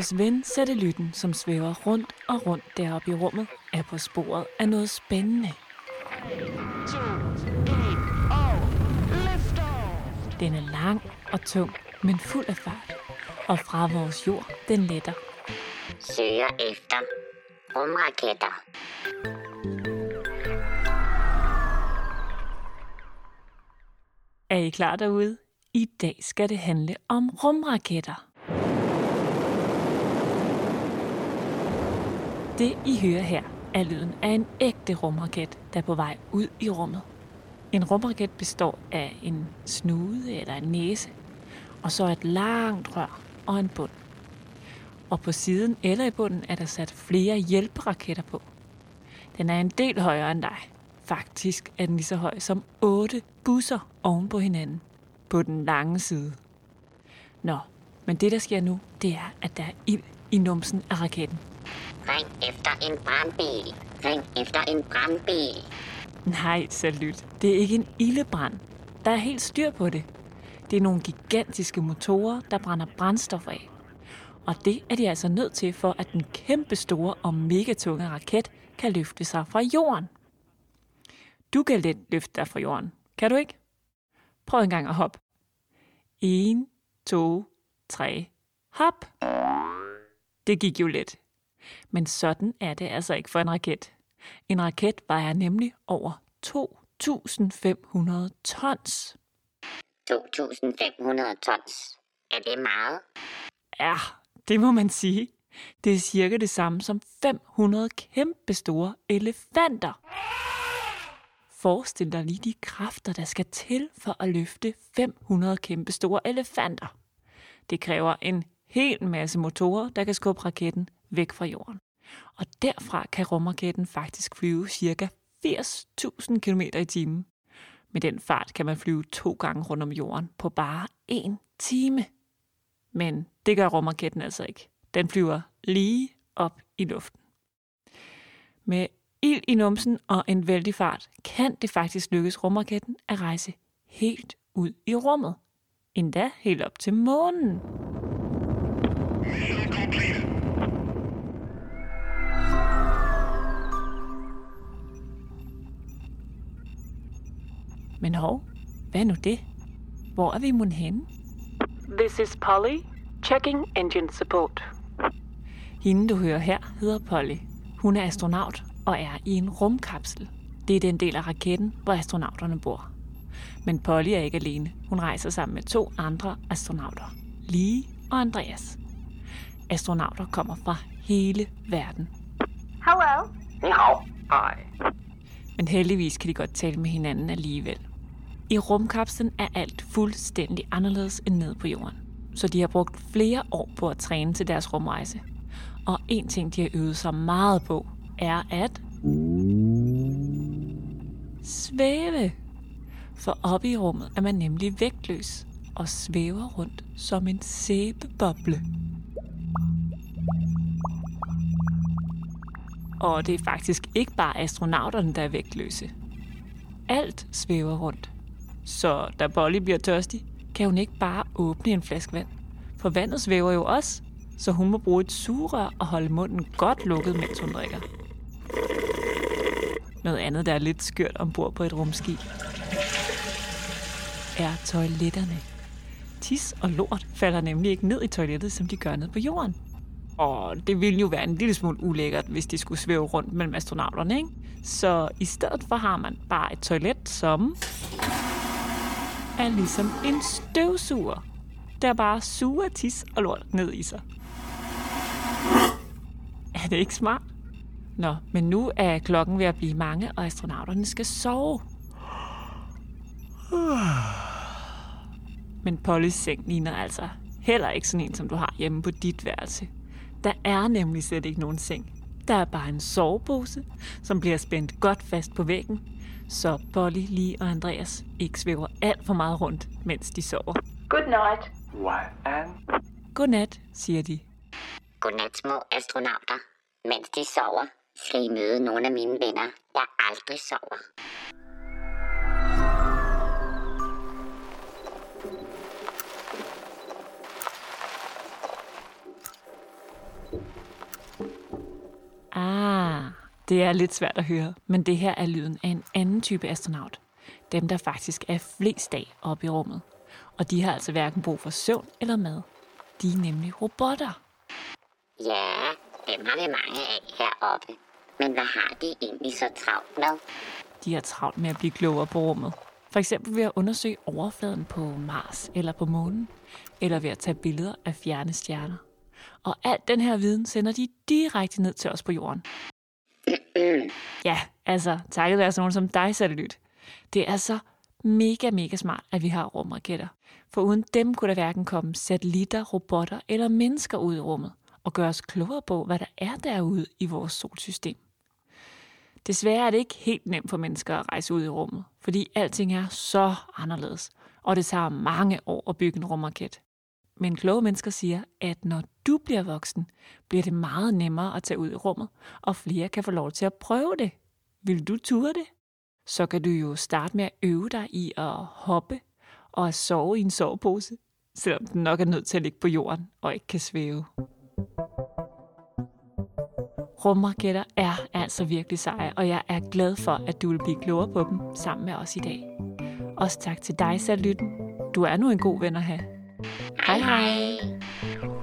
Vores ven satellitten, som svæver rundt og rundt deroppe i rummet, er på sporet af noget spændende. 2, 1, og lift off! Den er lang og tung, men fuld af fart. Og fra vores jord, den letter. Søger efter rumraketter. Er I klar derude? I dag skal det handle om rumraketter. Det, I hører her, er lyden af en ægte rumraket, der er på vej ud i rummet. En rumraket består af en snude eller en næse, og så et langt rør og en bund. Og på siden eller i bunden er der sat flere hjælperaketter på. Den er en del højere end dig. Faktisk er den lige så høj som 8 busser oven på hinanden på den lange side. Nå, men det der sker nu, det er, at der er ild i numsen af raketten. Ring efter en brandbil. Ring efter en brandbil. Nej, salut. Det er ikke en ildebrand. Der er helt styr på det. Det er nogle gigantiske motorer, der brænder brændstof af. Og det er de altså nødt til, for at den kæmpe store og megatunge raket kan løfte sig fra jorden. Du kan let løfte dig fra jorden. Kan du ikke? Prøv en gang at hoppe. 1, 2, 3, hop. Det gik jo let. Men sådan er det altså ikke for en raket. En raket vejer nemlig over 2.500 tons. 2.500 tons. Er det meget? Ja, det må man sige. Det er cirka det samme som 500 kæmpe store elefanter. Forestil dig lige de kræfter, der skal til for at løfte 500 kæmpe store elefanter. Det kræver en hel masse motorer, der kan skubbe raketten væk fra jorden. Og derfra kan rumraketten faktisk flyve ca. 80.000 km i timen. Med den fart kan man flyve 2 gange rundt om jorden på bare 1 time. Men det gør rumraketten altså ikke. Den flyver lige op i luften. Med ild i numsen og en vældig fart kan det faktisk lykkes rumraketten at rejse helt ud i rummet. Endda helt op til månen. Men hov, hvad er nu det? Hvor er vi mon henne? This is Polly. Checking engine support. Hende, du hører her, hedder Polly. Hun er astronaut og er i en rumkapsel. Det er den del af raketten, hvor astronauterne bor. Men Polly er ikke alene. Hun rejser sammen med 2 andre astronauter. Lee og Andreas. Astronauter kommer fra hele verden. Hello. No. Hi. Men heldigvis kan de godt tale med hinanden alligevel. I rumkapslen er alt fuldstændig anderledes end nede på jorden. Så de har brugt flere år på at træne til deres rumrejse. Og en ting, de har øvet sig meget på, er at svæve. For oppe i rummet er man nemlig vægtløs og svæver rundt som en sæbeboble. Og det er faktisk ikke bare astronauterne, der er vægtløse. Alt svæver rundt. Så da Polly bliver tørstig, kan hun ikke bare åbne en flaske vand. For vandet svæver jo også, så hun må bruge et sugerør og holde munden godt lukket, mens hun drikker. Noget andet, der er lidt skørt ombord på et rumskib, er toiletterne. Tis og lort falder nemlig ikke ned i toilettet, som de gør ned på jorden. Og det ville jo være en lille smule ulækkert, hvis de skulle svæve rundt mellem astronauterne, ikke? Så i stedet for har man bare et toilet, som er ligesom en støvsuger, der bare suger tis og lort ned i sig. Er det ikke smart? Nå, men nu er klokken ved at blive mange, og astronauterne skal sove. Men Pollys seng ligner altså heller ikke sådan en, som du har hjemme på dit værelse. Der er nemlig slet ikke nogen seng. Der er bare en sovepose, som bliver spændt godt fast på væggen, så Polly, Lee og Andreas ikke svæver alt for meget rundt, mens de sover. Good night. What, Anne? Godnat, siger de. Godnat, små astronauter. Mens de sover, skal I møde nogle af mine venner, der aldrig sover. Det er lidt svært at høre, men det her er lyden af en anden type astronaut. Dem, der faktisk er flest af oppe i rummet. Og de har altså hverken brug for søvn eller mad. De er nemlig robotter. Ja, dem har vi mange af heroppe. Men hvad har de egentlig så travlt med? De har travlt med at blive klogere på rummet. For eksempel ved at undersøge overfladen på Mars eller på månen. Eller ved at tage billeder af fjerne stjerner. Og al den her viden sender de direkte ned til os på jorden. Ja, altså takket være sådan nogen som dig, Satellit. Det er så mega smart, at vi har rumraketter. For uden dem kunne der hverken komme satellitter, robotter eller mennesker ud i rummet og gøre os klogere på, hvad der er derude i vores solsystem. Desværre er det ikke helt nemt for mennesker at rejse ud i rummet, fordi alting er så anderledes, og det tager mange år at bygge en rumraket. Men kloge mennesker siger, at når du bliver voksen, bliver det meget nemmere at tage ud i rummet, og flere kan få lov til at prøve det. Vil du ture det? Så kan du jo starte med at øve dig i at hoppe og at sove i en sovepose, selvom den nok er nødt til at ligge på jorden og ikke kan svæve. Rumraketter er altså virkelig seje, og jeg er glad for, at du vil blive klogere på dem sammen med os i dag. Også tak til dig, Satellitten. Du er nu en god ven at have. Hej hej!